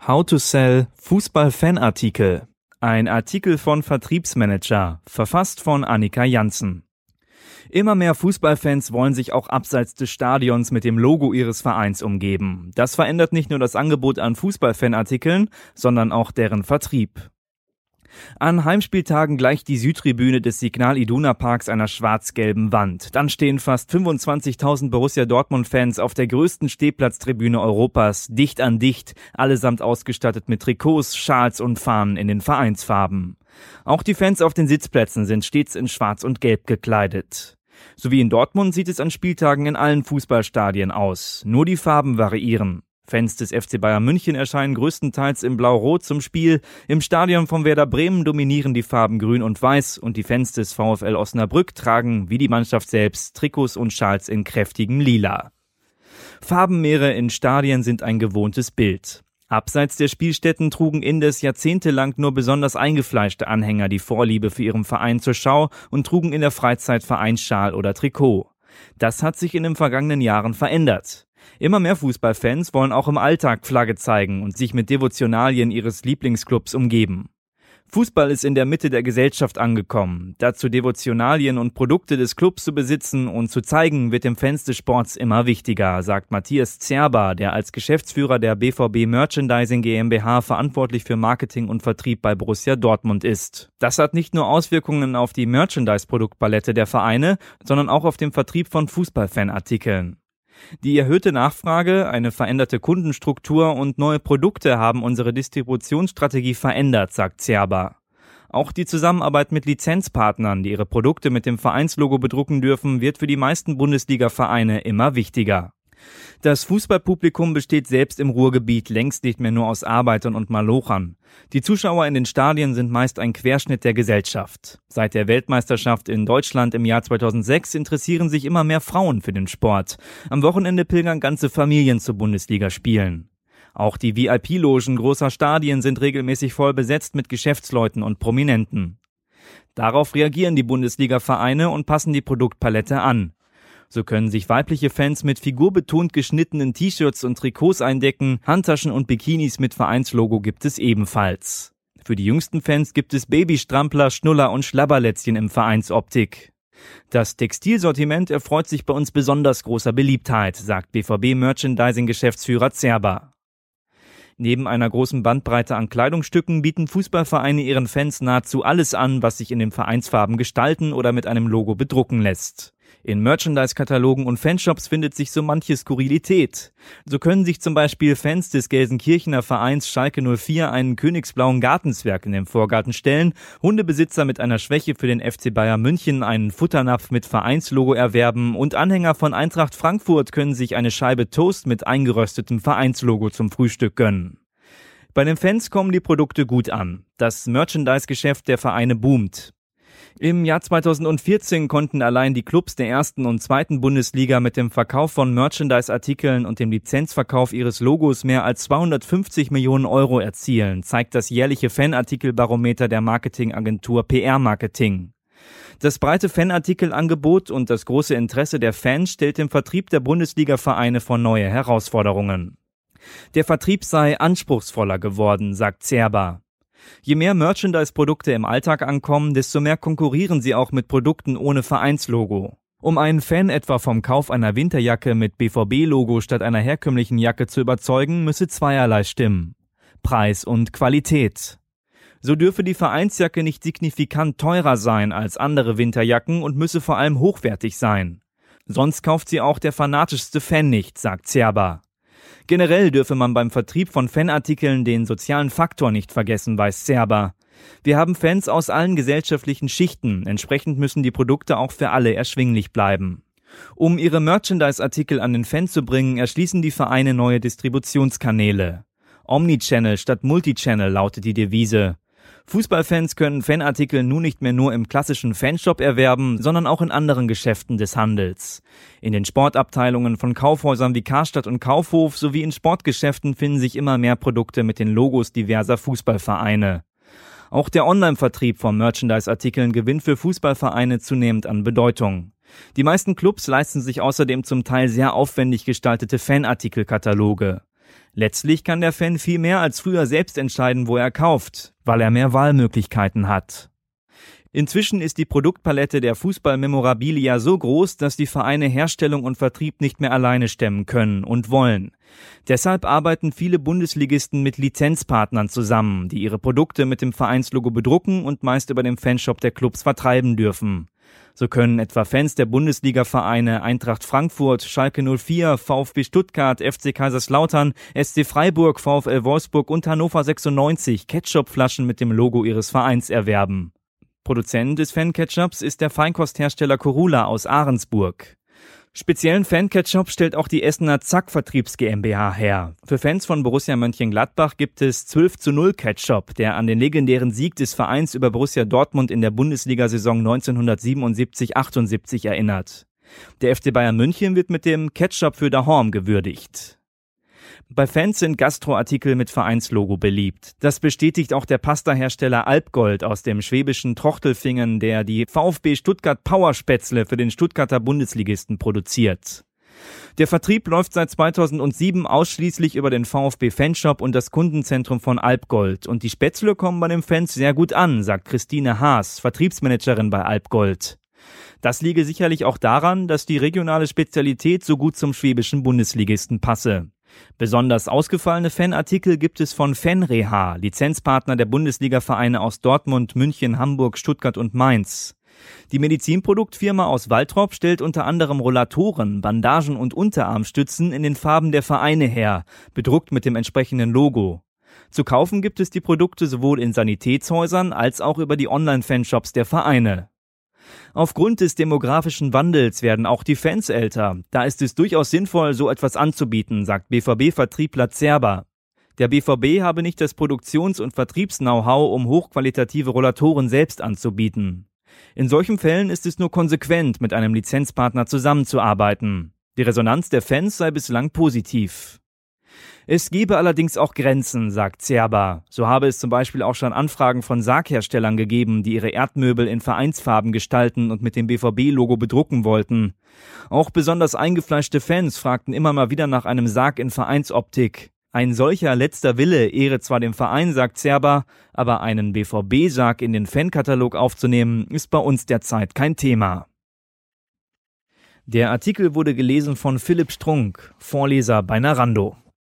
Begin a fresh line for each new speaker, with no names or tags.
How to Sell Fußball-Fanartikel. Ein Artikel von Vertriebsmanager, verfasst von Annika Janssen. Immer mehr Fußballfans wollen sich auch abseits des Stadions mit dem Logo ihres Vereins umgeben. Das verändert nicht nur das Angebot an Fußball-Fanartikeln, sondern auch deren Vertrieb. An Heimspieltagen gleicht die Südtribüne des Signal Iduna Parks einer schwarz-gelben Wand. Dann stehen fast 25.000 Borussia Dortmund-Fans auf der größten Stehplatztribüne Europas, dicht an dicht, allesamt ausgestattet mit Trikots, Schals und Fahnen in den Vereinsfarben. Auch die Fans auf den Sitzplätzen sind stets in Schwarz und Gelb gekleidet. So wie in Dortmund sieht es an Spieltagen in allen Fußballstadien aus. Nur die Farben variieren. Fans des FC Bayern München erscheinen größtenteils in Blau-Rot zum Spiel. Im Stadion von Werder Bremen dominieren die Farben Grün und Weiß und die Fans des VfL Osnabrück tragen, wie die Mannschaft selbst, Trikots und Schals in kräftigem Lila. Farbenmeere in Stadien sind ein gewohntes Bild. Abseits der Spielstätten trugen indes jahrzehntelang nur besonders eingefleischte Anhänger die Vorliebe für ihren Verein zur Schau und trugen in der Freizeit Vereinsschal oder Trikot. Das hat sich in den vergangenen Jahren verändert. Immer mehr Fußballfans wollen auch im Alltag Flagge zeigen und sich mit Devotionalien ihres Lieblingsclubs umgeben. Fußball ist in der Mitte der Gesellschaft angekommen. Dazu Devotionalien und Produkte des Clubs zu besitzen und zu zeigen, wird dem Fans des Sports immer wichtiger, sagt Matthias Zerber, der als Geschäftsführer der BVB Merchandising GmbH verantwortlich für Marketing und Vertrieb bei Borussia Dortmund ist. Das hat nicht nur Auswirkungen auf die Merchandise-Produktpalette der Vereine, sondern auch auf den Vertrieb von Fußballfanartikeln. Die erhöhte Nachfrage, eine veränderte Kundenstruktur und neue Produkte haben unsere Distributionsstrategie verändert, sagt Zerber. Auch die Zusammenarbeit mit Lizenzpartnern, die ihre Produkte mit dem Vereinslogo bedrucken dürfen, wird für die meisten Bundesliga-Vereine immer wichtiger. Das Fußballpublikum besteht selbst im Ruhrgebiet längst nicht mehr nur aus Arbeitern und Malochern. Die Zuschauer in den Stadien sind meist ein Querschnitt der Gesellschaft. Seit der Weltmeisterschaft in Deutschland im Jahr 2006 interessieren sich immer mehr Frauen für den Sport. Am Wochenende pilgern ganze Familien zu Bundesligaspielen. Auch die VIP-Logen großer Stadien sind regelmäßig voll besetzt mit Geschäftsleuten und Prominenten. Darauf reagieren die Bundesliga-Vereine und passen die Produktpalette an. So können sich weibliche Fans mit figurbetont geschnittenen T-Shirts und Trikots eindecken, Handtaschen und Bikinis mit Vereinslogo gibt es ebenfalls. Für die jüngsten Fans gibt es Babystrampler, Schnuller und Schlabberlätzchen im Vereinsoptik. Das Textilsortiment erfreut sich bei uns besonders großer Beliebtheit, sagt BVB-Merchandising-Geschäftsführer Zerber. Neben einer großen Bandbreite an Kleidungsstücken bieten Fußballvereine ihren Fans nahezu alles an, was sich in den Vereinsfarben gestalten oder mit einem Logo bedrucken lässt. In Merchandise-Katalogen und Fanshops findet sich so manche Skurrilität. So können sich zum Beispiel Fans des Gelsenkirchener Vereins Schalke 04 einen königsblauen Gartenzwerg in den Vorgarten stellen, Hundebesitzer mit einer Schwäche für den FC Bayern München einen Futternapf mit Vereinslogo erwerben und Anhänger von Eintracht Frankfurt können sich eine Scheibe Toast mit eingeröstetem Vereinslogo zum Frühstück gönnen. Bei den Fans kommen die Produkte gut an. Das Merchandise-Geschäft der Vereine boomt. Im Jahr 2014 konnten allein die Clubs der ersten und zweiten Bundesliga mit dem Verkauf von Merchandise-Artikeln und dem Lizenzverkauf ihres Logos mehr als 250 Millionen Euro erzielen, zeigt das jährliche Fanartikelbarometer der Marketingagentur PR Marketing. Das breite Fanartikelangebot und das große Interesse der Fans stellt dem Vertrieb der Bundesliga-Vereine vor neue Herausforderungen. Der Vertrieb sei anspruchsvoller geworden, sagt Zerber. Je mehr Merchandise-Produkte im Alltag ankommen, desto mehr konkurrieren sie auch mit Produkten ohne Vereinslogo. Um einen Fan etwa vom Kauf einer Winterjacke mit BVB-Logo statt einer herkömmlichen Jacke zu überzeugen, müsse zweierlei stimmen: Preis und Qualität. So dürfe die Vereinsjacke nicht signifikant teurer sein als andere Winterjacken und müsse vor allem hochwertig sein. Sonst kauft sie auch der fanatischste Fan nicht, sagt Zerber. Generell dürfe man beim Vertrieb von Fanartikeln den sozialen Faktor nicht vergessen, weiß Zerber. Wir haben Fans aus allen gesellschaftlichen Schichten, entsprechend müssen die Produkte auch für alle erschwinglich bleiben. Um ihre Merchandise-Artikel an den Fan zu bringen, erschließen die Vereine neue Distributionskanäle. Omnichannel statt Multichannel lautet die Devise. Fußballfans können Fanartikel nun nicht mehr nur im klassischen Fanshop erwerben, sondern auch in anderen Geschäften des Handels. In den Sportabteilungen von Kaufhäusern wie Karstadt und Kaufhof sowie in Sportgeschäften finden sich immer mehr Produkte mit den Logos diverser Fußballvereine. Auch der Online-Vertrieb von Merchandise-Artikeln gewinnt für Fußballvereine zunehmend an Bedeutung. Die meisten Clubs leisten sich außerdem zum Teil sehr aufwendig gestaltete Fanartikelkataloge. Letztlich kann der Fan viel mehr als früher selbst entscheiden, wo er kauft, weil er mehr Wahlmöglichkeiten hat. Inzwischen ist die Produktpalette der Fußball-Memorabilia so groß, dass die Vereine Herstellung und Vertrieb nicht mehr alleine stemmen können und wollen. Deshalb arbeiten viele Bundesligisten mit Lizenzpartnern zusammen, die ihre Produkte mit dem Vereinslogo bedrucken und meist über den Fanshop der Clubs vertreiben dürfen. So können etwa Fans der Bundesliga-Vereine Eintracht Frankfurt, Schalke 04, VfB Stuttgart, FC Kaiserslautern, SC Freiburg, VfL Wolfsburg und Hannover 96 Ketchup-Flaschen mit dem Logo ihres Vereins erwerben. Produzent des Fan-Ketchups ist der Feinkosthersteller Korula aus Ahrensburg. Speziellen Fan-Ketchup stellt auch die Essener Zack Vertriebs GmbH her. Für Fans von Borussia Mönchengladbach gibt es 12:0 Ketchup, der an den legendären Sieg des Vereins über Borussia Dortmund in der Bundesliga-Saison 1977/78 erinnert. Der FC Bayern München wird mit dem Ketchup für daheim gewürdigt. Bei Fans sind Gastroartikel mit Vereinslogo beliebt. Das bestätigt auch der Pastahersteller Alpgold aus dem schwäbischen Trochtelfingen, der die VfB Stuttgart Powerspätzle für den Stuttgarter Bundesligisten produziert. Der Vertrieb läuft seit 2007 ausschließlich über den VfB Fanshop und das Kundenzentrum von Alpgold. Und die Spätzle kommen bei den Fans sehr gut an, sagt Christine Haas, Vertriebsmanagerin bei Alpgold. Das liege sicherlich auch daran, dass die regionale Spezialität so gut zum schwäbischen Bundesligisten passe. Besonders ausgefallene Fanartikel gibt es von Fanreha, Lizenzpartner der Bundesliga-Vereine aus Dortmund, München, Hamburg, Stuttgart und Mainz. Die Medizinproduktfirma aus Waltrop stellt unter anderem Rollatoren, Bandagen und Unterarmstützen in den Farben der Vereine her, bedruckt mit dem entsprechenden Logo. Zu kaufen gibt es die Produkte sowohl in Sanitätshäusern als auch über die Online-Fanshops der Vereine. Aufgrund des demografischen Wandels werden auch die Fans älter. Da ist es durchaus sinnvoll, so etwas anzubieten, sagt BVB-Vertriebler Zerber. Der BVB habe nicht das Produktions- und Vertriebs-Know-how, um hochqualitative Rollatoren selbst anzubieten. In solchen Fällen ist es nur konsequent, mit einem Lizenzpartner zusammenzuarbeiten. Die Resonanz der Fans sei bislang positiv. Es gebe allerdings auch Grenzen, sagt Zerber. So habe es zum Beispiel auch schon Anfragen von Sargherstellern gegeben, die ihre Erdmöbel in Vereinsfarben gestalten und mit dem BVB-Logo bedrucken wollten. Auch besonders eingefleischte Fans fragten immer mal wieder nach einem Sarg in Vereinsoptik. Ein solcher letzter Wille ehre zwar dem Verein, sagt Zerber, aber einen BVB-Sarg in den Fankatalog aufzunehmen, ist bei uns derzeit kein Thema. Der Artikel wurde gelesen von Philipp Strunk, Vorleser bei Narando.